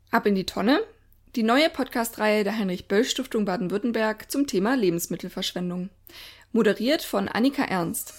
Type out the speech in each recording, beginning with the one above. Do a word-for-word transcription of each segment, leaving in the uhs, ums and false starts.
Ab in die Tonne, die neue Podcast-Reihe der Heinrich-Böll-Stiftung Baden-Württemberg zum Thema Lebensmittelverschwendung. Moderiert von Annika Ernst.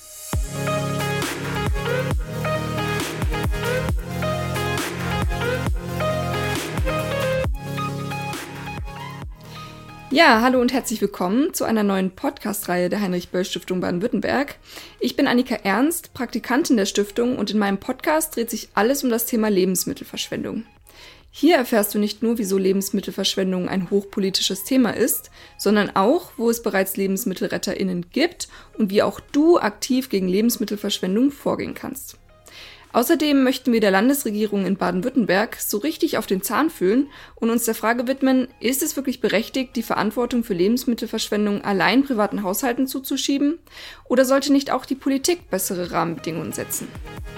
Ja, hallo und herzlich willkommen zu einer neuen Podcast-Reihe der Heinrich-Böll-Stiftung Baden-Württemberg. Ich bin Annika Ernst, Praktikantin der Stiftung, und in meinem Podcast dreht sich alles um das Thema Lebensmittelverschwendung. Hier erfährst du nicht nur, wieso Lebensmittelverschwendung ein hochpolitisches Thema ist, sondern auch, wo es bereits LebensmittelretterInnen gibt und wie auch du aktiv gegen Lebensmittelverschwendung vorgehen kannst. Außerdem möchten wir der Landesregierung in Baden-Württemberg so richtig auf den Zahn fühlen und uns der Frage widmen, ist es wirklich berechtigt, die Verantwortung für Lebensmittelverschwendung allein privaten Haushalten zuzuschieben? Oder sollte nicht auch die Politik bessere Rahmenbedingungen setzen?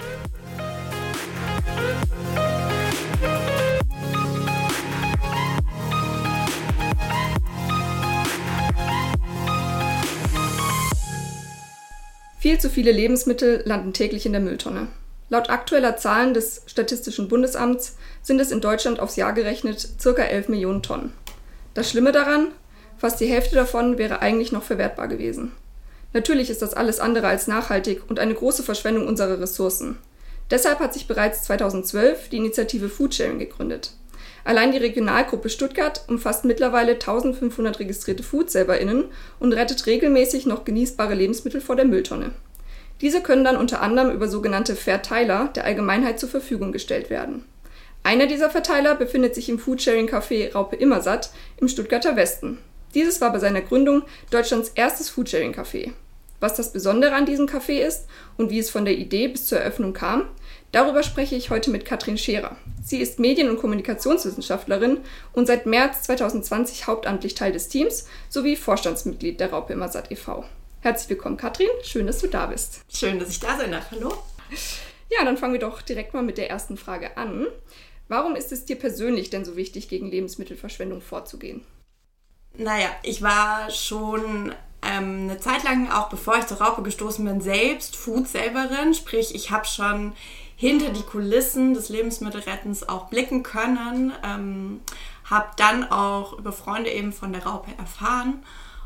Viel zu viele Lebensmittel landen täglich in der Mülltonne. Laut aktueller Zahlen des Statistischen Bundesamts sind es in Deutschland aufs Jahr gerechnet ca. elf Millionen Tonnen. Das Schlimme daran, fast die Hälfte davon wäre eigentlich noch verwertbar gewesen. Natürlich ist das alles andere als nachhaltig und eine große Verschwendung unserer Ressourcen. Deshalb hat sich bereits zweitausendzwölf die Initiative Foodsharing gegründet. Allein die Regionalgruppe Stuttgart umfasst mittlerweile eintausendfünfhundert registrierte FoodsaverInnen und rettet regelmäßig noch genießbare Lebensmittel vor der Mülltonne. Diese können dann unter anderem über sogenannte Verteiler der Allgemeinheit zur Verfügung gestellt werden. Einer dieser Verteiler befindet sich im Foodsharing-Café Raupe Immersatt im Stuttgarter Westen. Dieses war bei seiner Gründung Deutschlands erstes Foodsharing-Café. Was das Besondere an diesem Café ist und wie es von der Idee bis zur Eröffnung kam, darüber spreche ich heute mit Katrin Scherer. Sie ist Medien- und Kommunikationswissenschaftlerin und seit März zweitausendzwanzig hauptamtlich Teil des Teams sowie Vorstandsmitglied der Raupe Immersatt e V Herzlich willkommen, Katrin. Schön, dass du da bist. Schön, dass ich da sein darf. Hallo. Ja, dann fangen wir doch direkt mal mit der ersten Frage an. Warum ist es dir persönlich denn so wichtig, gegen Lebensmittelverschwendung vorzugehen? Naja, ich war schon ähm, eine Zeit lang, auch bevor ich zur Raupe gestoßen bin, selbst Foodsaverin. Sprich, ich habe schon hinter die Kulissen des Lebensmittelrettens auch blicken können. Ähm, habe dann auch über Freunde eben von der Raupe erfahren.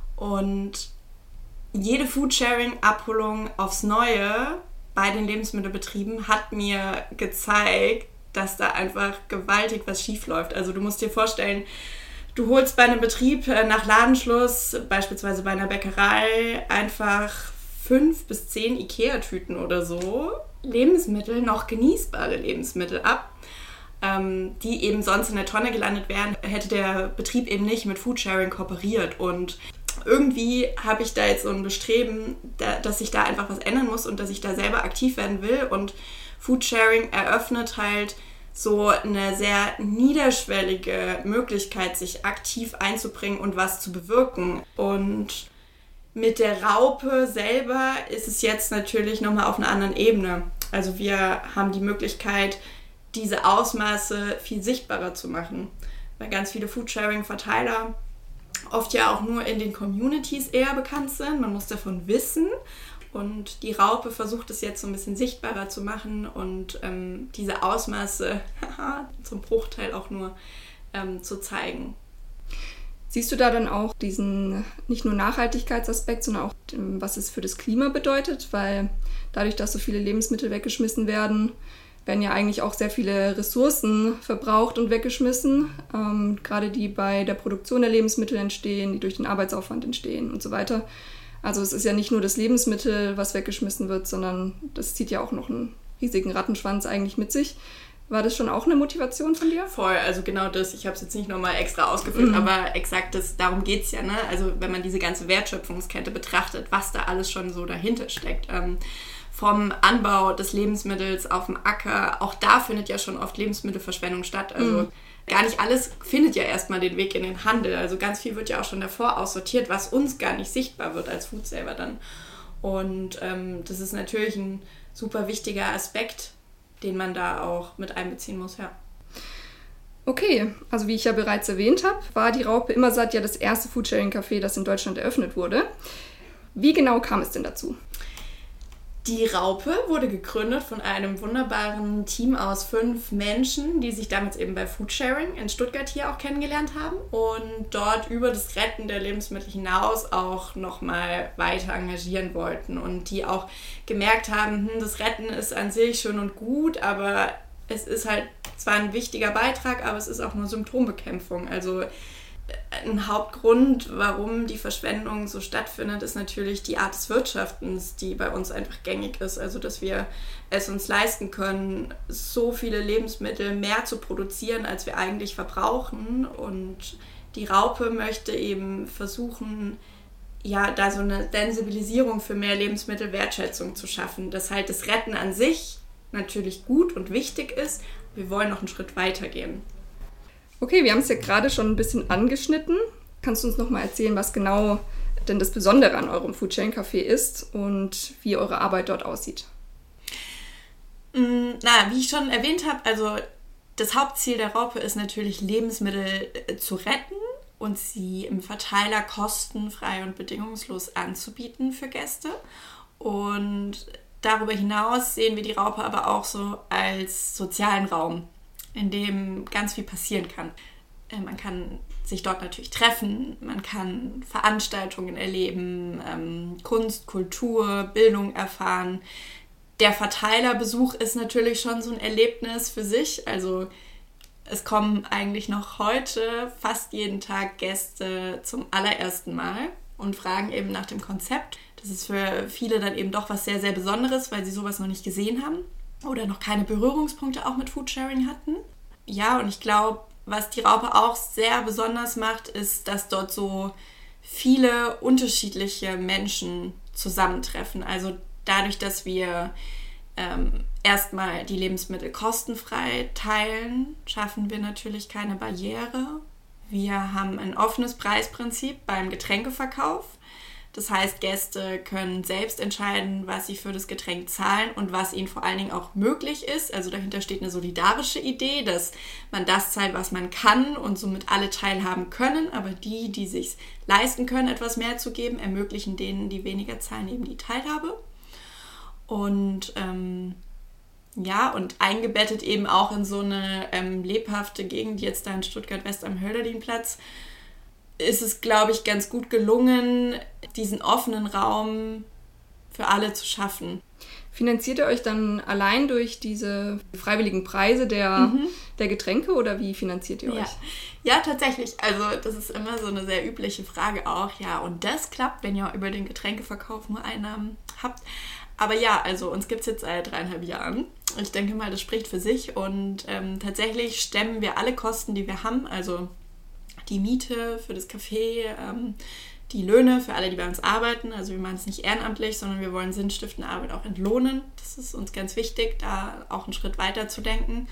Und jede Foodsharing-Abholung aufs Neue bei den Lebensmittelbetrieben hat mir gezeigt, dass da einfach gewaltig was schief läuft. Also du musst dir vorstellen, du holst bei einem Betrieb nach Ladenschluss, beispielsweise bei einer Bäckerei, einfach fünf bis zehn Ikea-Tüten oder so Lebensmittel, noch genießbare Lebensmittel ab, ähm, die eben sonst in der Tonne gelandet wären, hätte der Betrieb eben nicht mit Foodsharing kooperiert. Und irgendwie habe ich da jetzt so ein Bestreben, da, dass sich da einfach was ändern muss und dass ich da selber aktiv werden will. Und Foodsharing eröffnet halt so eine sehr niederschwellige Möglichkeit, sich aktiv einzubringen und was zu bewirken. Und mit der Raupe selber ist es jetzt natürlich nochmal auf einer anderen Ebene. Also wir haben die Möglichkeit, diese Ausmaße viel sichtbarer zu machen. Weil ganz viele Foodsharing-Verteiler oft ja auch nur in den Communities eher bekannt sind. Man muss davon wissen. Und die Raupe versucht es jetzt so ein bisschen sichtbarer zu machen und ähm, diese Ausmaße zum Bruchteil auch nur ähm, zu zeigen. Siehst du da dann auch diesen nicht nur Nachhaltigkeitsaspekt, sondern auch, was es für das Klima bedeutet? Weil dadurch, dass so viele Lebensmittel weggeschmissen werden, werden ja eigentlich auch sehr viele Ressourcen verbraucht und weggeschmissen. Ähm, gerade die bei der Produktion der Lebensmittel entstehen, die durch den Arbeitsaufwand entstehen und so weiter. Also es ist ja nicht nur das Lebensmittel, was weggeschmissen wird, sondern das zieht ja auch noch einen riesigen Rattenschwanz eigentlich mit sich. War das schon auch eine Motivation von dir? Voll, also genau das. Ich habe es jetzt nicht nochmal extra ausgeführt, mhm. aber exakt das, darum geht es ja. Ne? Also wenn man diese ganze Wertschöpfungskette betrachtet, was da alles schon so dahinter steckt. Ähm, vom Anbau des Lebensmittels auf dem Acker, auch da findet ja schon oft Lebensmittelverschwendung statt. Also mhm. gar nicht alles findet ja erstmal den Weg in den Handel. Also ganz viel wird ja auch schon davor aussortiert, was uns gar nicht sichtbar wird als Foodsaver dann. Und ähm, das ist natürlich ein super wichtiger Aspekt, den man da auch mit einbeziehen muss, ja. Okay, also wie ich ja bereits erwähnt habe, war die Raupe Immersatt ja das erste Foodsharing-Café, das in Deutschland eröffnet wurde. Wie genau kam es denn dazu? Die Raupe wurde gegründet von einem wunderbaren Team aus fünf Menschen, die sich damals eben bei Foodsharing in Stuttgart hier auch kennengelernt haben und dort über das Retten der Lebensmittel hinaus auch nochmal weiter engagieren wollten und die auch gemerkt haben, hm, das Retten ist an sich schön und gut, aber es ist halt zwar ein wichtiger Beitrag, aber es ist auch nur Symptombekämpfung. Also ein Hauptgrund, warum die Verschwendung so stattfindet, ist natürlich die Art des Wirtschaftens, die bei uns einfach gängig ist. Also, dass wir es uns leisten können, so viele Lebensmittel mehr zu produzieren, als wir eigentlich verbrauchen. Und die Raupe möchte eben versuchen, ja, da so eine Sensibilisierung für mehr Lebensmittelwertschätzung zu schaffen. Dass halt das Retten an sich natürlich gut und wichtig ist. Wir wollen noch einen Schritt weiter gehen. Okay, wir haben es ja gerade schon ein bisschen angeschnitten. Kannst du uns noch mal erzählen, was genau denn das Besondere an eurem Foodsharing-Café ist und wie eure Arbeit dort aussieht? Na, wie ich schon erwähnt habe, also das Hauptziel der Raupe ist natürlich, Lebensmittel zu retten und sie im Verteiler kostenfrei und bedingungslos anzubieten für Gäste. Und darüber hinaus sehen wir die Raupe aber auch so als sozialen Raum, in dem ganz viel passieren kann. Man kann sich dort natürlich treffen, man kann Veranstaltungen erleben, ähm, Kunst, Kultur, Bildung erfahren. Der Verteilerbesuch ist natürlich schon so ein Erlebnis für sich. Also es kommen eigentlich noch heute fast jeden Tag Gäste zum allerersten Mal und fragen eben nach dem Konzept. Das ist für viele dann eben doch was sehr, sehr Besonderes, weil sie sowas noch nicht gesehen haben oder noch keine Berührungspunkte auch mit Foodsharing hatten. Ja, und ich glaube, was die Raupe auch sehr besonders macht, ist, dass dort so viele unterschiedliche Menschen zusammentreffen. Also dadurch, dass wir ähm, erstmal die Lebensmittel kostenfrei teilen, schaffen wir natürlich keine Barriere. Wir haben ein offenes Preisprinzip beim Getränkeverkauf. Das heißt, Gäste können selbst entscheiden, was sie für das Getränk zahlen und was ihnen vor allen Dingen auch möglich ist. Also dahinter steht eine solidarische Idee, dass man das zahlt, was man kann und somit alle teilhaben können. Aber die, die sich leisten können, etwas mehr zu geben, ermöglichen denen, die weniger zahlen, eben die Teilhabe. Und ähm, ja, und eingebettet eben auch in so eine ähm, lebhafte Gegend, jetzt da in Stuttgart-West am Hölderlinplatz, ist es, glaube ich, ganz gut gelungen, diesen offenen Raum für alle zu schaffen. Finanziert ihr euch dann allein durch diese freiwilligen Preise der, mhm. der Getränke oder wie finanziert ihr euch? Ja. ja, tatsächlich. Also das ist immer so eine sehr übliche Frage auch. Ja, und das klappt, wenn ihr über den Getränkeverkauf nur Einnahmen habt. Aber ja, also uns gibt es jetzt seit dreieinhalb Jahren. Ich denke mal, das spricht für sich. Und ähm, tatsächlich stemmen wir alle Kosten, die wir haben. Also die Miete für das Café, ähm, die Löhne für alle, die bei uns arbeiten. Also wir machen es nicht ehrenamtlich, sondern wir wollen sinnstiftende Arbeit auch entlohnen. Das ist uns ganz wichtig, da auch einen Schritt weiter zu denken.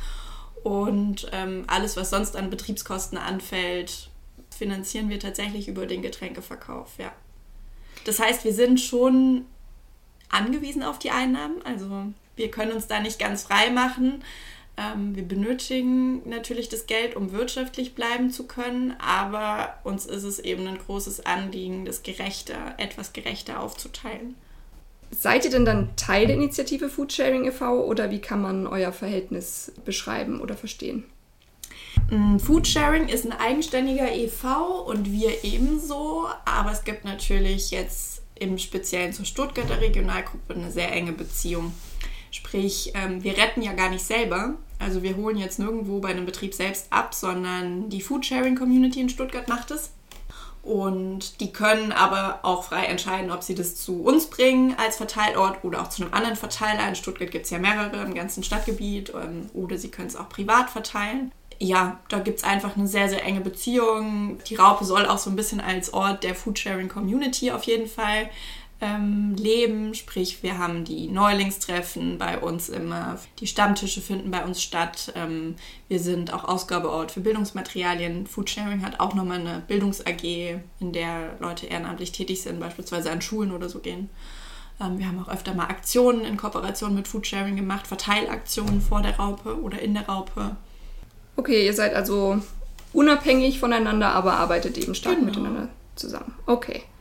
Und ähm, alles, was sonst an Betriebskosten anfällt, finanzieren wir tatsächlich über den Getränkeverkauf. Ja. Das heißt, wir sind schon angewiesen auf die Einnahmen. Also wir können uns da nicht ganz frei machen. Ähm, wir benötigen natürlich das Geld, um wirtschaftlich bleiben zu können, aber uns ist es eben ein großes Anliegen, das gerechter, etwas gerechter aufzuteilen. Seid ihr denn dann Teil der Initiative Foodsharing e V oder wie kann man euer Verhältnis beschreiben oder verstehen? Foodsharing ist ein eigenständiger E V und wir ebenso, aber es gibt natürlich jetzt im Speziellen zur Stuttgarter Regionalgruppe eine sehr enge Beziehung. Sprich, ähm, wir retten ja gar nicht selber, also wir holen jetzt nirgendwo bei einem Betrieb selbst ab, sondern die Foodsharing-Community in Stuttgart macht es. Und die können aber auch frei entscheiden, ob sie das zu uns bringen als Verteilort oder auch zu einem anderen Verteiler. In Stuttgart gibt es ja mehrere im ganzen Stadtgebiet, ähm, oder sie können es auch privat verteilen. Ja, da gibt es einfach eine sehr, sehr enge Beziehung. Die Raupe soll auch so ein bisschen als Ort der Foodsharing-Community auf jeden Fall ähm, leben. Sprich, wir haben die Neulingstreffen bei uns immer. Die Stammtische finden bei uns statt. Ähm, wir sind auch Ausgabeort für Bildungsmaterialien. Foodsharing hat auch nochmal eine Bildungs-A G, in der Leute ehrenamtlich tätig sind, beispielsweise an Schulen oder so gehen. Ähm, wir haben auch öfter mal Aktionen in Kooperation mit Foodsharing gemacht, Verteilaktionen vor der Raupe oder in der Raupe. Okay, ihr seid also unabhängig voneinander, aber arbeitet eben stark genau. miteinander zusammen. Okay.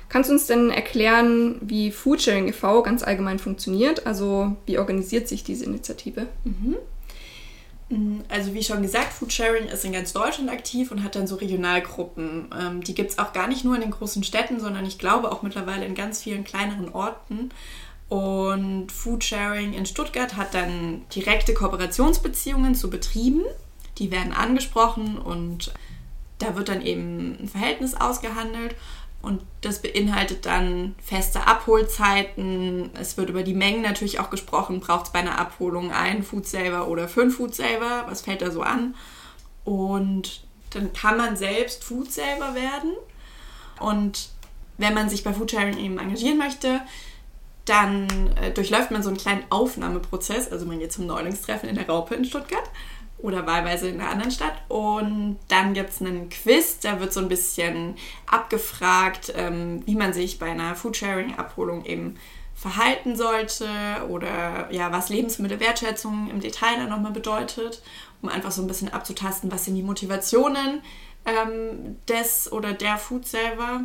Kannst du uns denn erklären, wie Foodsharing e V ganz allgemein funktioniert? Also wie organisiert sich diese Initiative? Mhm. Also wie schon gesagt, Foodsharing ist in ganz Deutschland aktiv und hat dann so Regionalgruppen. Ähm, die gibt es auch gar nicht nur in den großen Städten, sondern ich glaube auch mittlerweile in ganz vielen kleineren Orten. Und Foodsharing in Stuttgart hat dann direkte Kooperationsbeziehungen zu Betrieben. Die werden angesprochen und da wird dann eben ein Verhältnis ausgehandelt. Und das beinhaltet dann feste Abholzeiten. Es wird über die Mengen natürlich auch gesprochen. Braucht es bei einer Abholung einen Foodsaver oder fünf Foodsaver? Was fällt da so an? Und dann kann man selbst Foodsaver werden. Und wenn man sich bei Foodsharing eben engagieren möchte, dann äh, durchläuft man so einen kleinen Aufnahmeprozess. Also man geht zum Neulingstreffen in der Raupe in Stuttgart oder wahlweise in einer anderen Stadt. Und dann gibt es einen Quiz, da wird so ein bisschen abgefragt, ähm, wie man sich bei einer Foodsharing-Abholung eben verhalten sollte oder ja, was Lebensmittelwertschätzung im Detail dann nochmal bedeutet, um einfach so ein bisschen abzutasten, was sind die Motivationen ähm, des oder der Foodsaver.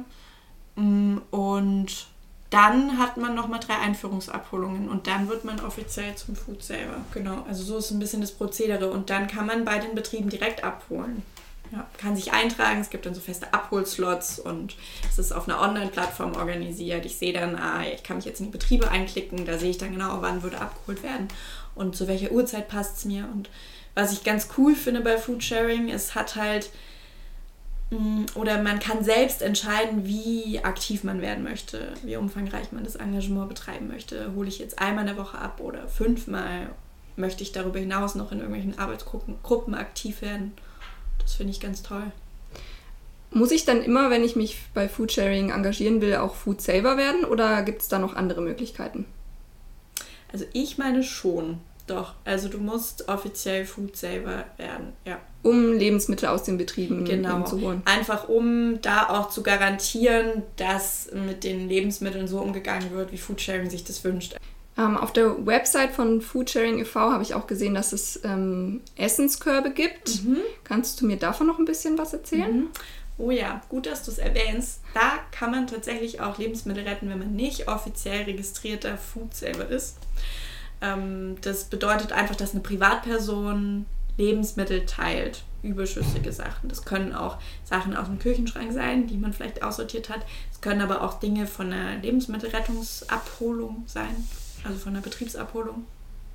Und dann hat man nochmal drei Einführungsabholungen und dann wird man offiziell zum Foodsaver. Genau, also so ist ein bisschen das Prozedere. Und dann kann man bei den Betrieben direkt abholen. Ja, kann sich eintragen, es gibt dann so feste Abholslots und es ist auf einer Online-Plattform organisiert. Ich sehe dann, ah, ich kann mich jetzt in die Betriebe einklicken, da sehe ich dann genau, wann würde abgeholt werden und zu welcher Uhrzeit passt es mir. Und was ich ganz cool finde bei Foodsharing, es hat halt oder man kann selbst entscheiden, wie aktiv man werden möchte, wie umfangreich man das Engagement betreiben möchte. Hole ich jetzt einmal in der Woche ab oder fünfmal? Möchte ich darüber hinaus noch in irgendwelchen Arbeitsgruppen Gruppen aktiv werden? Das finde ich ganz toll. Muss ich dann immer, wenn ich mich bei Foodsharing engagieren will, auch Foodsaver werden oder gibt es da noch andere Möglichkeiten? Also ich meine schon. Doch, also du musst offiziell Foodsaver werden, ja. Um Lebensmittel aus den Betrieben genau. zu holen. Einfach um da auch zu garantieren, dass mit den Lebensmitteln so umgegangen wird, wie Foodsharing sich das wünscht. Ähm, auf der Website von Foodsharing e V habe ich auch gesehen, dass es ähm, Essenskörbe gibt. Mhm. Kannst du mir davon noch ein bisschen was erzählen? Mhm. Oh ja, gut, dass du es erwähnst. Da kann man tatsächlich auch Lebensmittel retten, wenn man nicht offiziell registrierter Foodsaver ist. Das bedeutet einfach, dass eine Privatperson Lebensmittel teilt, überschüssige Sachen. Das können auch Sachen aus dem Küchenschrank sein, die man vielleicht aussortiert hat. Es können aber auch Dinge von einer Lebensmittelrettungsabholung sein, also von einer Betriebsabholung.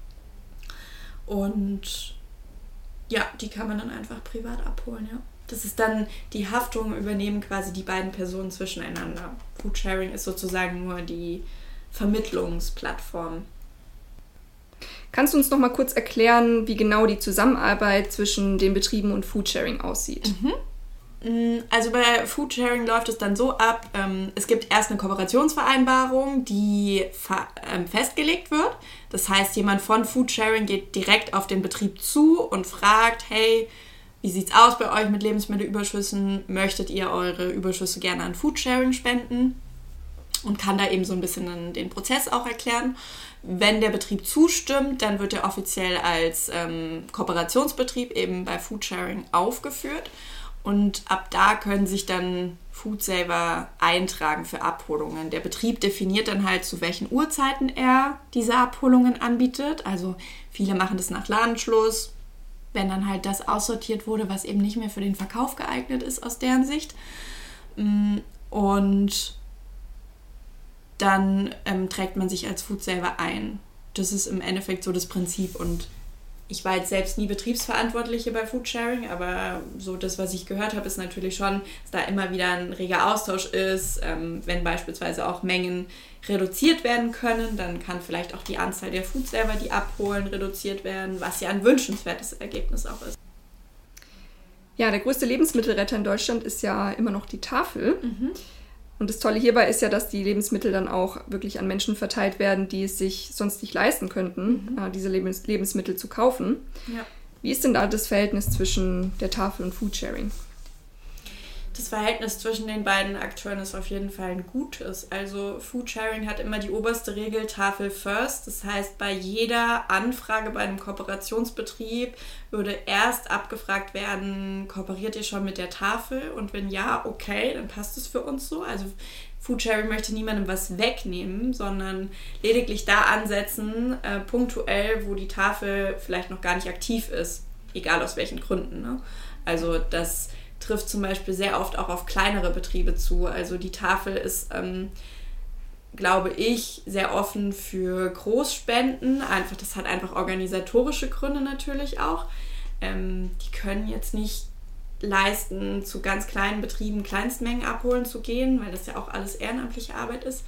Und ja, die kann man dann einfach privat abholen, ja. Das ist dann die Haftung, übernehmen quasi die beiden Personen zwischeneinander. Foodsharing ist sozusagen nur die Vermittlungsplattform. Kannst du uns noch mal kurz erklären, wie genau die Zusammenarbeit zwischen den Betrieben und Foodsharing aussieht? Mhm. Also bei Foodsharing läuft es dann so ab, ähm, es gibt erst eine Kooperationsvereinbarung, die fa- ähm, festgelegt wird. Das heißt, jemand von Foodsharing geht direkt auf den Betrieb zu und fragt, hey, wie sieht's aus bei euch mit Lebensmittelüberschüssen? Möchtet ihr eure Überschüsse gerne an Foodsharing spenden? Und kann da eben so ein bisschen den Prozess auch erklären. Wenn der Betrieb zustimmt, dann wird er offiziell als ähm, Kooperationsbetrieb eben bei Foodsharing aufgeführt. Und ab da können sich dann Foodsaver eintragen für Abholungen. Der Betrieb definiert dann halt, zu welchen Uhrzeiten er diese Abholungen anbietet. Also viele machen das nach Ladenschluss, wenn dann halt das aussortiert wurde, was eben nicht mehr für den Verkauf geeignet ist aus deren Sicht. Und dann ähm, trägt man sich als Foodsaver ein. Das ist im Endeffekt so das Prinzip. Und ich war jetzt selbst nie Betriebsverantwortliche bei Foodsharing, aber so das, was ich gehört habe, ist natürlich schon, dass da immer wieder ein reger Austausch ist. Ähm, wenn beispielsweise auch Mengen reduziert werden können, dann kann vielleicht auch die Anzahl der Foodsaver, die abholen, reduziert werden, was ja ein wünschenswertes Ergebnis auch ist. Ja, der größte Lebensmittelretter in Deutschland ist ja immer noch die Tafel. Mhm. Und das Tolle hierbei ist ja, dass die Lebensmittel dann auch wirklich an Menschen verteilt werden, die es sich sonst nicht leisten könnten, mhm. diese Lebens- Lebensmittel zu kaufen. Ja. Wie ist denn da das Verhältnis zwischen der Tafel und Foodsharing? Das Verhältnis zwischen den beiden Akteuren ist auf jeden Fall ein gutes. Also Foodsharing hat immer die oberste Regel Tafel first. Das heißt, bei jeder Anfrage bei einem Kooperationsbetrieb würde erst abgefragt werden, kooperiert ihr schon mit der Tafel? Und wenn ja, okay, dann passt es für uns so. Also Foodsharing möchte niemandem was wegnehmen, sondern lediglich da ansetzen, äh, punktuell, wo die Tafel vielleicht noch gar nicht aktiv ist. Egal aus welchen Gründen. Ne? Also das trifft zum Beispiel sehr oft auch auf kleinere Betriebe zu. Also die Tafel ist, ähm, glaube ich, sehr offen für Großspenden. Einfach, das hat einfach organisatorische Gründe natürlich auch. Ähm, die können jetzt nicht leisten, zu ganz kleinen Betrieben Kleinstmengen abholen zu gehen, weil das ja auch alles ehrenamtliche Arbeit ist.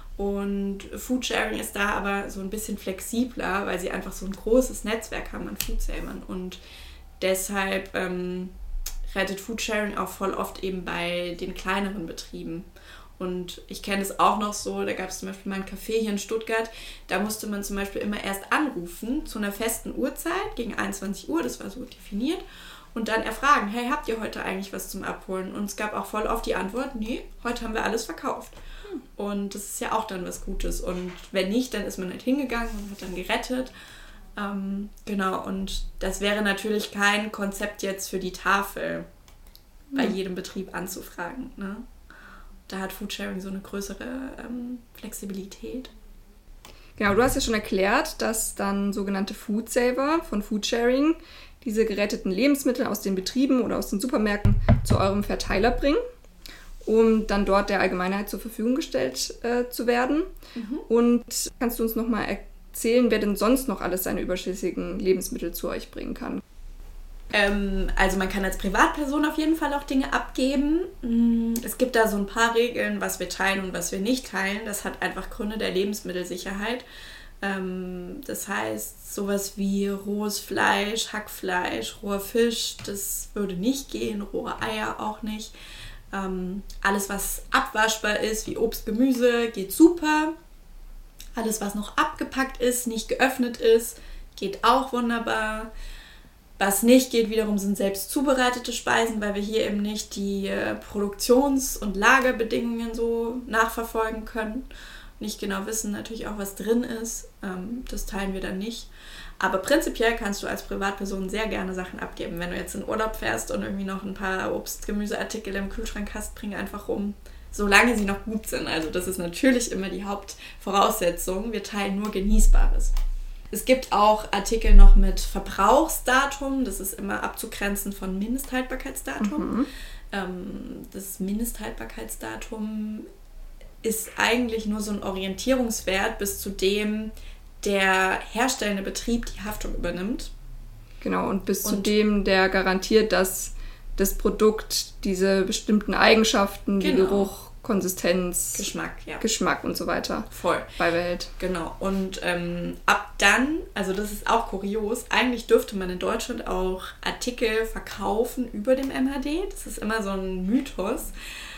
Und Foodsharing ist da aber so ein bisschen flexibler, weil sie einfach so ein großes Netzwerk haben an Foodsavern. Und deshalb ähm, rettet Foodsharing auch voll oft eben bei den kleineren Betrieben. Und ich kenne es auch noch so, da gab es zum Beispiel mal ein Café hier in Stuttgart, da musste man zum Beispiel immer erst anrufen zu einer festen Uhrzeit, gegen einundzwanzig Uhr, das war so definiert, und dann erfragen, hey, habt ihr heute eigentlich was zum Abholen? Und es gab auch voll oft die Antwort, nee, heute haben wir alles verkauft. Hm. Und das ist ja auch dann was Gutes. Und wenn nicht, dann ist man halt hingegangen und hat dann gerettet. Ähm, genau, und das wäre natürlich kein Konzept jetzt für die Tafel, hm. bei jedem Betrieb anzufragen. Ne? Da hat Foodsharing so eine größere ähm, Flexibilität. Genau, du hast ja schon erklärt, dass dann sogenannte Foodsaver von Foodsharing diese geretteten Lebensmittel aus den Betrieben oder aus den Supermärkten zu eurem Verteiler bringen, um dann dort der Allgemeinheit zur Verfügung gestellt äh, zu werden. Mhm. Und kannst du uns nochmal erzählen, wer denn sonst noch alles seine überschüssigen Lebensmittel zu euch bringen kann? Ähm, also man kann als Privatperson auf jeden Fall auch Dinge abgeben. Es gibt da so ein paar Regeln, was wir teilen und was wir nicht teilen. Das hat einfach Gründe der Lebensmittelsicherheit. Ähm, das heißt, sowas wie rohes Fleisch, Hackfleisch, roher Fisch, das würde nicht gehen, rohe Eier auch nicht. Ähm, alles, was abwaschbar ist, wie Obst, Gemüse, geht super. Alles, was noch abgepackt ist, nicht geöffnet ist, geht auch wunderbar. Was nicht geht wiederum sind selbst zubereitete Speisen, weil wir hier eben nicht die äh, Produktions- und Lagerbedingungen so nachverfolgen können. Nicht genau wissen natürlich auch, was drin ist. Ähm, das teilen wir dann nicht. Aber prinzipiell kannst du als Privatperson sehr gerne Sachen abgeben. Wenn du jetzt in Urlaub fährst und irgendwie noch ein paar Obst-, Gemüseartikel im Kühlschrank hast, bring einfach rum. Solange sie noch gut sind. Also das ist natürlich immer die Hauptvoraussetzung. Wir teilen nur Genießbares. Es gibt auch Artikel noch mit Verbrauchsdatum. Das ist immer abzugrenzen von Mindesthaltbarkeitsdatum. Mhm. Ähm, das Mindesthaltbarkeitsdatum ist eigentlich nur so ein Orientierungswert, bis zu dem der herstellende Betrieb die Haftung übernimmt. Genau, und bis und zu dem, der garantiert, dass das Produkt diese bestimmten Eigenschaften, genau, wie Geruch, Konsistenz, Geschmack, ja. Geschmack und so weiter voll beibehält. Genau, und ähm, ab dann, also das ist auch kurios, eigentlich dürfte man in Deutschland auch Artikel verkaufen über dem M H D. Das ist immer so ein Mythos.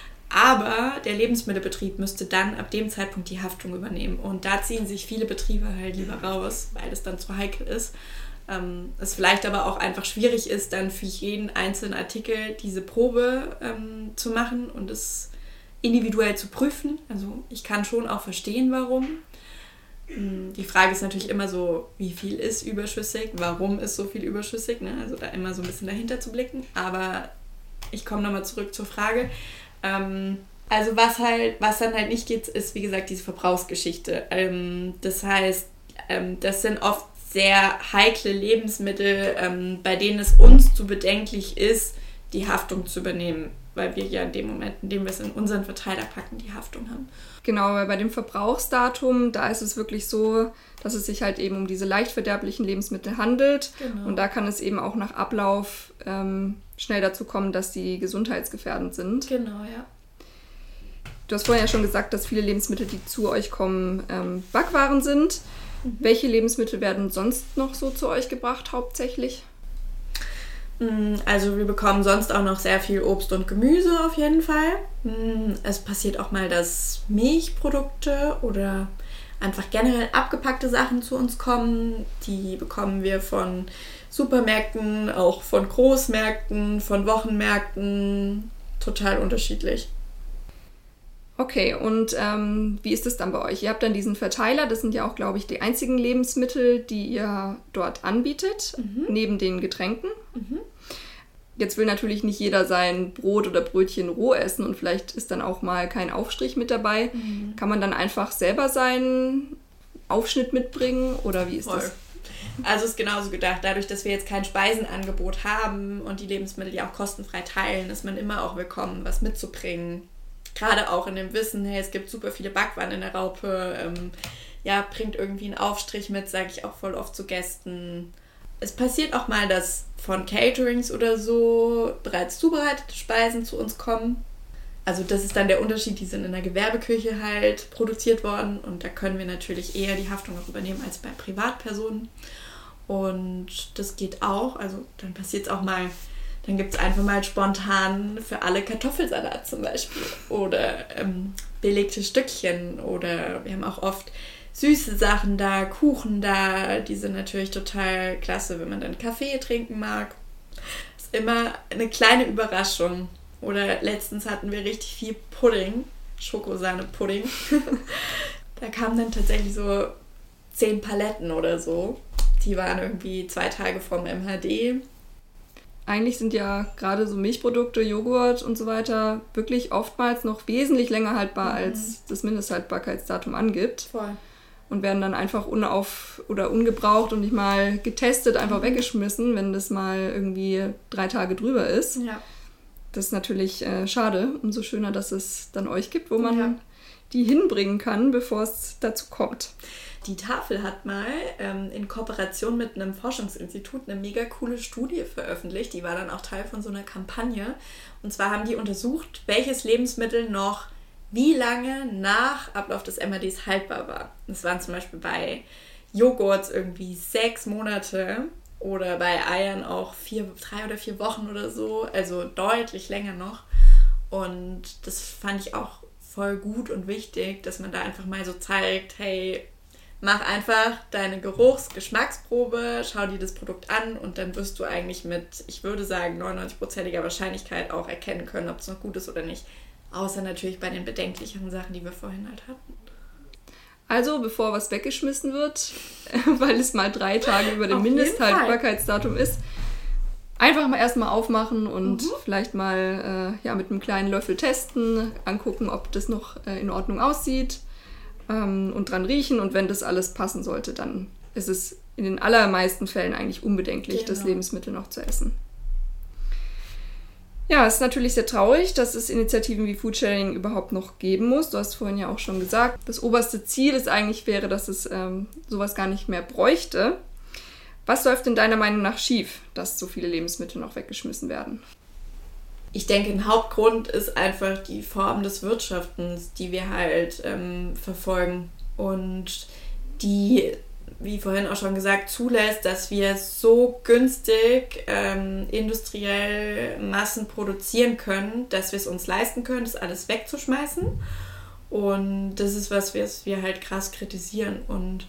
Aber der Lebensmittelbetrieb müsste dann ab dem Zeitpunkt die Haftung übernehmen. Und da ziehen sich viele Betriebe halt lieber raus, weil es dann zu heikel ist. Ähm, es vielleicht aber auch einfach schwierig ist, dann für jeden einzelnen Artikel diese Probe ähm, zu machen und es individuell zu prüfen. Also ich kann schon auch verstehen, warum. Die Frage ist natürlich immer so, wie viel ist überschüssig? Warum ist so viel überschüssig? Ne? Also da immer so ein bisschen dahinter zu blicken. Aber ich komme nochmal zurück zur Frage. Ähm, also was halt, was dann halt nicht geht, ist wie gesagt diese Verbrauchsgeschichte. Ähm, das heißt, ähm, das sind oft sehr heikle Lebensmittel, ähm, bei denen es uns zu bedenklich ist, die Haftung zu übernehmen, weil wir ja in dem Moment, in dem wir es in unseren Verteiler packen, die Haftung haben. Genau, weil bei dem Verbrauchsdatum, da ist es wirklich so, dass es sich halt eben um diese leicht verderblichen Lebensmittel handelt. Genau. Und da kann es eben auch nach Ablauf ähm, schnell dazu kommen, dass die gesundheitsgefährdend sind. Genau, ja. Du hast vorhin ja schon gesagt, dass viele Lebensmittel, die zu euch kommen, ähm, Backwaren sind. Mhm. Welche Lebensmittel werden sonst noch so zu euch gebracht, hauptsächlich? Also wir bekommen sonst auch noch sehr viel Obst und Gemüse auf jeden Fall. Es passiert auch mal, dass Milchprodukte oder einfach generell abgepackte Sachen zu uns kommen. Die bekommen wir von Supermärkten, auch von Großmärkten, von Wochenmärkten. total unterschiedlich. Okay, und ähm, wie ist es dann bei euch? Ihr habt dann diesen Verteiler, das sind ja auch, glaube ich, die einzigen Lebensmittel, die ihr dort anbietet, mhm. neben den Getränken. Mhm. Jetzt will natürlich nicht jeder sein Brot oder Brötchen roh essen und vielleicht ist dann auch mal kein Aufstrich mit dabei. Mhm. Kann man dann einfach selber seinen Aufschnitt mitbringen oder wie ist Voll. das? Also ist genauso gedacht, dadurch, dass wir jetzt kein Speisenangebot haben und die Lebensmittel ja auch kostenfrei teilen, ist man immer auch willkommen, was mitzubringen. Gerade auch in dem Wissen, hey, es gibt super viele Backwaren in der Raupe, ähm, ja, bringt irgendwie einen Aufstrich mit, sage ich auch voll oft zu Gästen. Es passiert auch mal, dass von Caterings oder so bereits zubereitete Speisen zu uns kommen. Also das ist dann der Unterschied, die sind in der Gewerbeküche halt produziert worden und da können wir natürlich eher die Haftung auch übernehmen als bei Privatpersonen. Und das geht auch, also dann passiert es auch mal, dann gibt es einfach mal spontan für alle Kartoffelsalat zum Beispiel oder ähm, belegte Stückchen oder wir haben auch oft süße Sachen da, Kuchen da, die sind natürlich total klasse, wenn man dann Kaffee trinken mag. Ist immer eine kleine Überraschung. Oder letztens hatten wir richtig viel Pudding, Schokosahne-Pudding. Da kamen dann tatsächlich so zehn Paletten oder so. Die waren irgendwie zwei Tage vom M H D. Eigentlich sind ja gerade so Milchprodukte, Joghurt und so weiter wirklich oftmals noch wesentlich länger haltbar, mhm. als das Mindesthaltbarkeitsdatum angibt. Voll. Und werden dann einfach unauf- oder ungebraucht und nicht mal getestet, einfach mhm. weggeschmissen, wenn das mal irgendwie drei Tage drüber ist. Ja. Das ist natürlich äh, schade. Umso schöner, dass es dann euch gibt, wo man ja. die hinbringen kann, bevor es dazu kommt. Die Tafel hat mal ähm, in Kooperation mit einem Forschungsinstitut eine mega coole Studie veröffentlicht. Die war dann auch Teil von so einer Kampagne. Und zwar haben die untersucht, welches Lebensmittel noch wie lange nach Ablauf des M H Ds haltbar war. Das waren zum Beispiel bei Joghurt irgendwie sechs Monate oder bei Eiern auch vier, drei oder vier Wochen oder so, also deutlich länger noch. Und das fand ich auch voll gut und wichtig, dass man da einfach mal so zeigt, hey, mach einfach deine Geruchs-Geschmacksprobe, schau dir das Produkt an und dann wirst du eigentlich mit, ich würde sagen, neunundneunzig-prozentiger Wahrscheinlichkeit auch erkennen können, ob es noch gut ist oder nicht. Außer natürlich bei den bedenklicheren Sachen, die wir vorhin halt hatten. Also, bevor was weggeschmissen wird, weil es mal drei Tage über dem Mindesthaltbarkeitsdatum ist, einfach mal erstmal aufmachen und mhm. vielleicht mal äh, ja, mit einem kleinen Löffel testen, angucken, ob das noch äh, in Ordnung aussieht ähm, und dran riechen. Und wenn das alles passen sollte, dann ist es in den allermeisten Fällen eigentlich unbedenklich, genau. das Lebensmittel noch zu essen. Ja, es ist natürlich sehr traurig, dass es Initiativen wie Foodsharing überhaupt noch geben muss. Du hast vorhin ja auch schon gesagt, das oberste Ziel ist eigentlich wäre, dass es ähm, sowas gar nicht mehr bräuchte. Was läuft denn deiner Meinung nach schief, dass so viele Lebensmittel noch weggeschmissen werden? Ich denke, ein Hauptgrund ist einfach die Form des Wirtschaftens, die wir halt ähm, verfolgen und die, wie vorhin auch schon gesagt, zulässt, dass wir so günstig ähm, industriell Massen produzieren können, dass wir es uns leisten können, das alles wegzuschmeißen. Und das ist was, was wir halt krass kritisieren. Und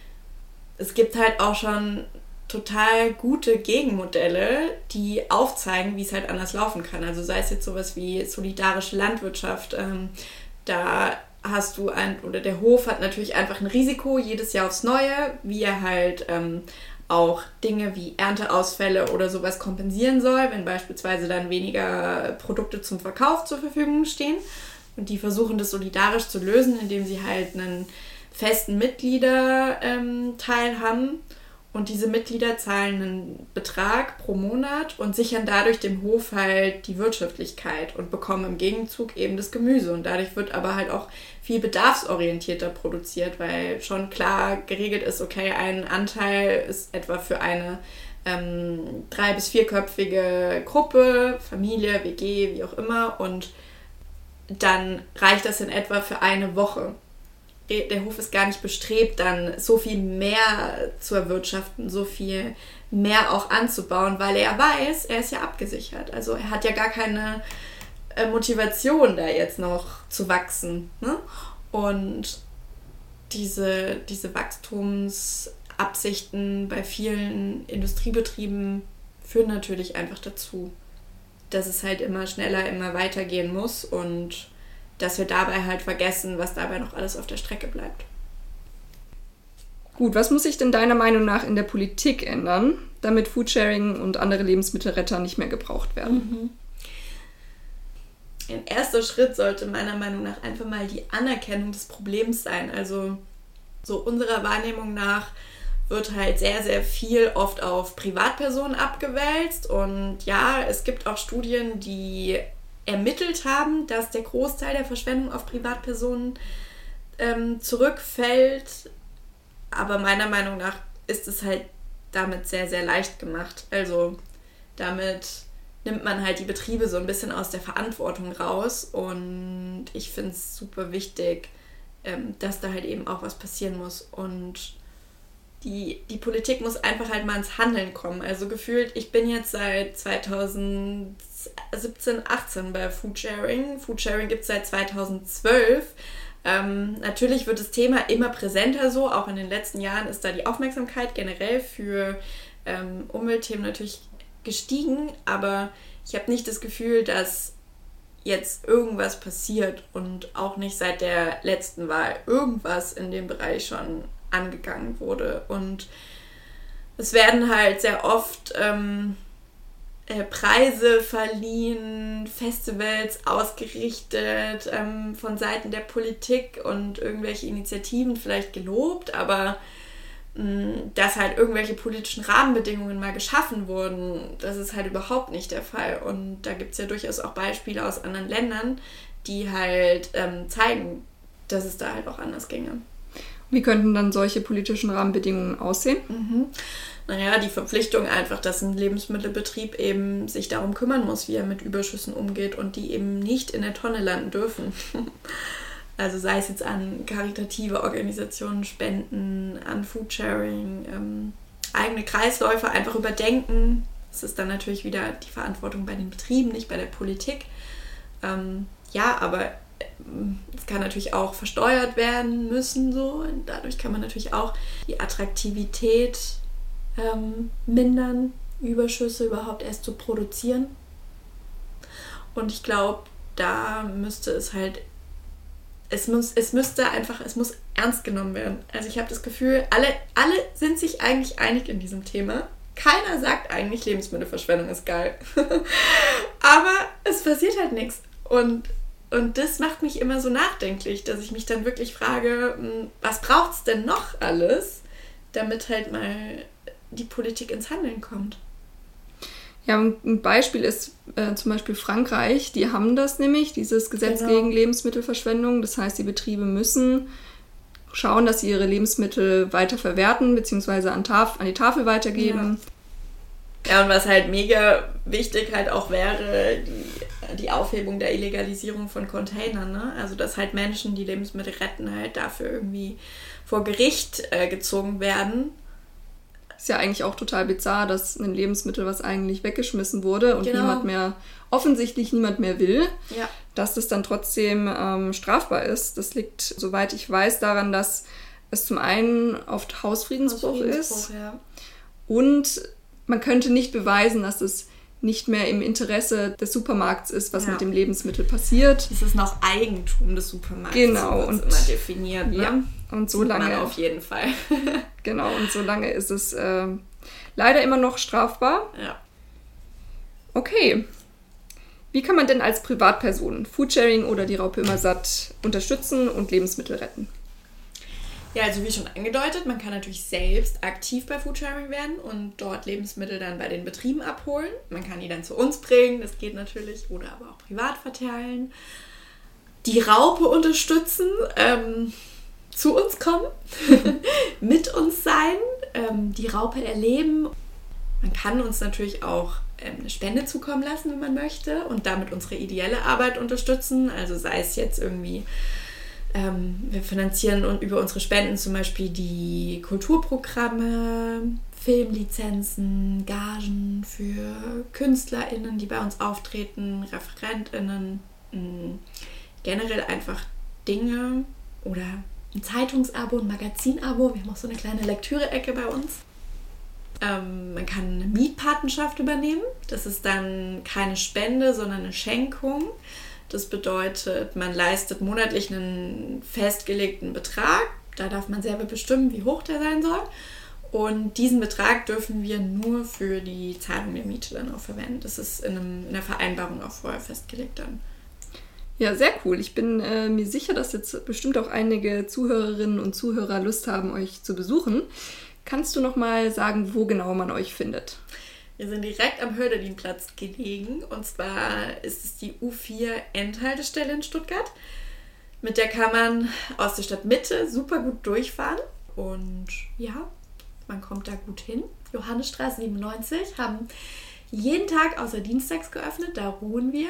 es gibt halt auch schon total gute Gegenmodelle, die aufzeigen, wie es halt anders laufen kann. Also sei es jetzt sowas wie solidarische Landwirtschaft, ähm, da hast du ein, oder der Hof hat natürlich einfach ein Risiko jedes Jahr aufs Neue, wie er halt ähm, auch Dinge wie Ernteausfälle oder sowas kompensieren soll, wenn beispielsweise dann weniger Produkte zum Verkauf zur Verfügung stehen. Und die versuchen das solidarisch zu lösen, indem sie halt einen festen Mitgliederteil ähm, haben. Und diese Mitglieder zahlen einen Betrag pro Monat und sichern dadurch dem Hof halt die Wirtschaftlichkeit und bekommen im Gegenzug eben das Gemüse. Und dadurch wird aber halt auch viel bedarfsorientierter produziert, weil schon klar geregelt ist, okay, ein Anteil ist etwa für eine ähm, drei- bis vierköpfige Gruppe, Familie, W G, wie auch immer. Und dann reicht das in etwa für eine Woche. Der Hof ist gar nicht bestrebt, dann so viel mehr zu erwirtschaften, so viel mehr auch anzubauen, weil er weiß, er ist ja abgesichert. Also er hat ja gar keine Motivation, da jetzt noch zu wachsen. Ne? Und diese, diese Wachstumsabsichten bei vielen Industriebetrieben führen natürlich einfach dazu, dass es halt immer schneller, immer weitergehen muss und dass wir dabei halt vergessen, was dabei noch alles auf der Strecke bleibt. Gut, was muss sich denn deiner Meinung nach in der Politik ändern, damit Foodsharing und andere Lebensmittelretter nicht mehr gebraucht werden? Ein erster Schritt sollte meiner Meinung nach einfach mal die Anerkennung des Problems sein. Also so unserer Wahrnehmung nach wird halt sehr, sehr viel oft auf Privatpersonen abgewälzt. Und ja, es gibt auch Studien, die ermittelt haben, dass der Großteil der Verschwendung auf Privatpersonen ähm, zurückfällt. Aber meiner Meinung nach ist es halt damit sehr, sehr leicht gemacht. Also damit nimmt man halt die Betriebe so ein bisschen aus der Verantwortung raus. Und ich finde es super wichtig, ähm, dass da halt eben auch was passieren muss. Und die, die Politik muss einfach halt mal ins Handeln kommen. Also gefühlt, ich bin jetzt seit zweitausendsiebzehn, achtzehn bei Foodsharing. Foodsharing gibt es seit zweitausendzwölf. Ähm, natürlich wird das Thema immer präsenter so, auch in den letzten Jahren ist da die Aufmerksamkeit generell für ähm, Umweltthemen natürlich gestiegen, aber ich habe nicht das Gefühl, dass jetzt irgendwas passiert und auch nicht seit der letzten Wahl irgendwas in dem Bereich schon angegangen wurde. Und es werden halt sehr oft ähm, äh, Preise verliehen, Festivals ausgerichtet ähm, von Seiten der Politik und irgendwelche Initiativen vielleicht gelobt, aber mh, dass halt irgendwelche politischen Rahmenbedingungen mal geschaffen wurden, das ist halt überhaupt nicht der Fall. Und da gibt es ja durchaus auch Beispiele aus anderen Ländern, die halt ähm, zeigen, dass es da halt auch anders ginge. Wie könnten dann solche politischen Rahmenbedingungen aussehen? Mhm. Naja, die Verpflichtung einfach, dass ein Lebensmittelbetrieb eben sich darum kümmern muss, wie er mit Überschüssen umgeht und die eben nicht in der Tonne landen dürfen. Also sei es jetzt an karitative Organisationen, Spenden, an Foodsharing, ähm, eigene Kreisläufe einfach überdenken. Das ist dann natürlich wieder die Verantwortung bei den Betrieben, nicht bei der Politik. Ähm, ja, aber es kann natürlich auch versteuert werden müssen, so. Und dadurch kann man natürlich auch die Attraktivität ähm, mindern, Überschüsse überhaupt erst zu produzieren. Und ich glaube, da müsste es halt, es muss, es müsste einfach, es muss ernst genommen werden. Also ich habe das Gefühl, alle, alle sind sich eigentlich einig in diesem Thema. Keiner sagt eigentlich, Lebensmittelverschwendung ist geil. Aber es passiert halt nichts. Und Und das macht mich immer so nachdenklich, dass ich mich dann wirklich frage, was braucht es denn noch alles, damit halt mal die Politik ins Handeln kommt. Ja, ein Beispiel ist äh, zum Beispiel Frankreich. Die haben das nämlich, dieses Gesetz Genau. gegen Lebensmittelverschwendung. Das heißt, die Betriebe müssen schauen, dass sie ihre Lebensmittel weiterverwerten bzw. an, Taf- an die Tafel weitergeben. Ja. Ja, und was halt mega wichtig halt auch wäre, die, die Aufhebung der Illegalisierung von Containern, ne? Also dass halt Menschen, die Lebensmittel retten, halt dafür irgendwie vor Gericht äh, gezogen werden. Ist ja eigentlich auch total bizarr, dass ein Lebensmittel, was eigentlich weggeschmissen wurde und Genau. niemand mehr, offensichtlich niemand mehr will, Ja. dass das dann trotzdem ähm, strafbar ist. Das liegt, soweit ich weiß, daran, dass es zum einen oft Hausfriedensbruch, Hausfriedensbruch ist ja. und man könnte nicht beweisen, dass es nicht mehr im Interesse des Supermarkts ist, was Ja. mit dem Lebensmittel passiert. Es ist noch Eigentum des Supermarkts, Genau, so wird's und- immer definiert. Ne? Ja, und so Sieht man lange, auf jeden Fall. genau, und so lange ist es äh, leider immer noch strafbar. Ja. Okay. Wie kann man denn als Privatperson Foodsharing oder die Raupe immer satt unterstützen und Lebensmittel retten? Ja, also wie schon angedeutet, man kann natürlich selbst aktiv bei Foodsharing werden und dort Lebensmittel dann bei den Betrieben abholen. Man kann die dann zu uns bringen, das geht natürlich, oder aber auch privat verteilen. Die Raupe unterstützen, ähm, zu uns kommen, mit uns sein, ähm, die Raupe erleben. Man kann uns natürlich auch ähm, eine Spende zukommen lassen, wenn man möchte, und damit unsere ideelle Arbeit unterstützen. Also sei es jetzt irgendwie, ähm, wir finanzieren und über unsere Spenden zum Beispiel die Kulturprogramme, Filmlizenzen, Gagen für KünstlerInnen, die bei uns auftreten, ReferentInnen, mh, generell einfach Dinge oder ein Zeitungsabo, ein Magazinabo. Wir haben auch so eine kleine Lektüre-Ecke bei uns. Ähm, man kann eine Mietpatenschaft übernehmen. Das ist dann keine Spende, sondern eine Schenkung. Das bedeutet, man leistet monatlich einen festgelegten Betrag. Da darf man selber bestimmen, wie hoch der sein soll. Und diesen Betrag dürfen wir nur für die Zahlung der Miete dann auch verwenden. Das ist in, einem, in der Vereinbarung auch vorher festgelegt dann. Ja, sehr cool. Ich bin äh, mir sicher, dass jetzt bestimmt auch einige Zuhörerinnen und Zuhörer Lust haben, euch zu besuchen. Kannst du noch mal sagen, wo genau man euch findet? Wir sind direkt am Hölderlinplatz gelegen. Und zwar ist es die U vier Endhaltestelle in Stuttgart. Mit der kann man aus der Stadtmitte super gut durchfahren. Und ja, man kommt da gut hin. Johannesstraße siebenundneunzig, haben jeden Tag außer dienstags geöffnet. Da ruhen wir.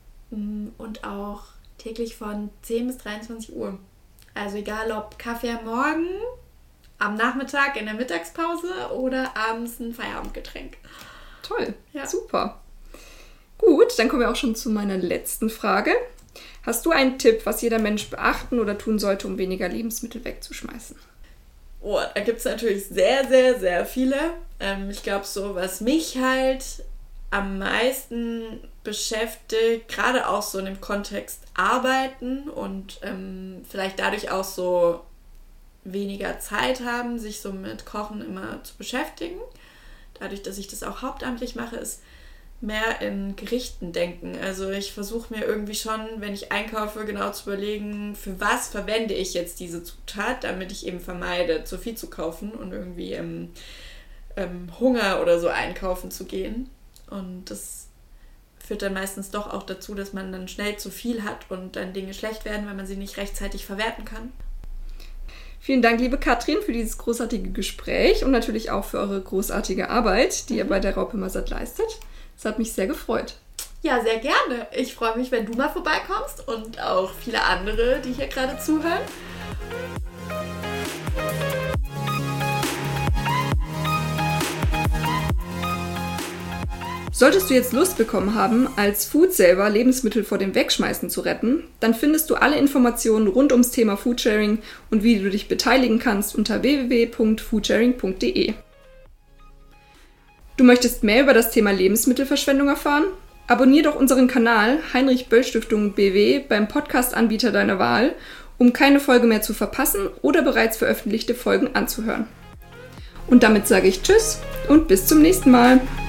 Und auch täglich von zehn bis dreiundzwanzig Uhr. Also egal ob Kaffee am Morgen, am Nachmittag in der Mittagspause oder abends ein Feierabendgetränk. Toll, ja. Super. Gut, dann kommen wir auch schon zu meiner letzten Frage. Hast du einen Tipp, was jeder Mensch beachten oder tun sollte, um weniger Lebensmittel wegzuschmeißen? Oh, da gibt es natürlich sehr, sehr, sehr viele. Ähm, ich glaube, so was mich halt am meisten beschäftigt, gerade auch so in dem Kontext Arbeiten und ähm, vielleicht dadurch auch so weniger Zeit haben, sich so mit Kochen immer zu beschäftigen. Dadurch, dass ich das auch hauptamtlich mache, ist mehr in Gerichten denken. Also ich versuche mir irgendwie schon, wenn ich einkaufe, genau zu überlegen, für was verwende ich jetzt diese Zutat, damit ich eben vermeide, zu viel zu kaufen und irgendwie ähm, ähm, Hunger oder so einkaufen zu gehen. Und das führt dann meistens doch auch dazu, dass man dann schnell zu viel hat und dann Dinge schlecht werden, weil man sie nicht rechtzeitig verwerten kann. Vielen Dank, liebe Katrin, für dieses großartige Gespräch und natürlich auch für eure großartige Arbeit, die mhm. ihr bei der Raupe Mazat leistet. Das hat mich sehr gefreut. Ja, sehr gerne. Ich freue mich, wenn du mal vorbeikommst und auch viele andere, die hier gerade zuhören. Solltest du jetzt Lust bekommen haben, als Foodsaver Lebensmittel vor dem Wegschmeißen zu retten, dann findest du alle Informationen rund ums Thema Foodsharing und wie du dich beteiligen kannst unter w w w punkt foodsharing punkt d e. Du möchtest mehr über das Thema Lebensmittelverschwendung erfahren? Abonnier doch unseren Kanal Heinrich Böll Stiftung B W beim Podcast-Anbieter deiner Wahl, um keine Folge mehr zu verpassen oder bereits veröffentlichte Folgen anzuhören. Und damit sage ich Tschüss und bis zum nächsten Mal.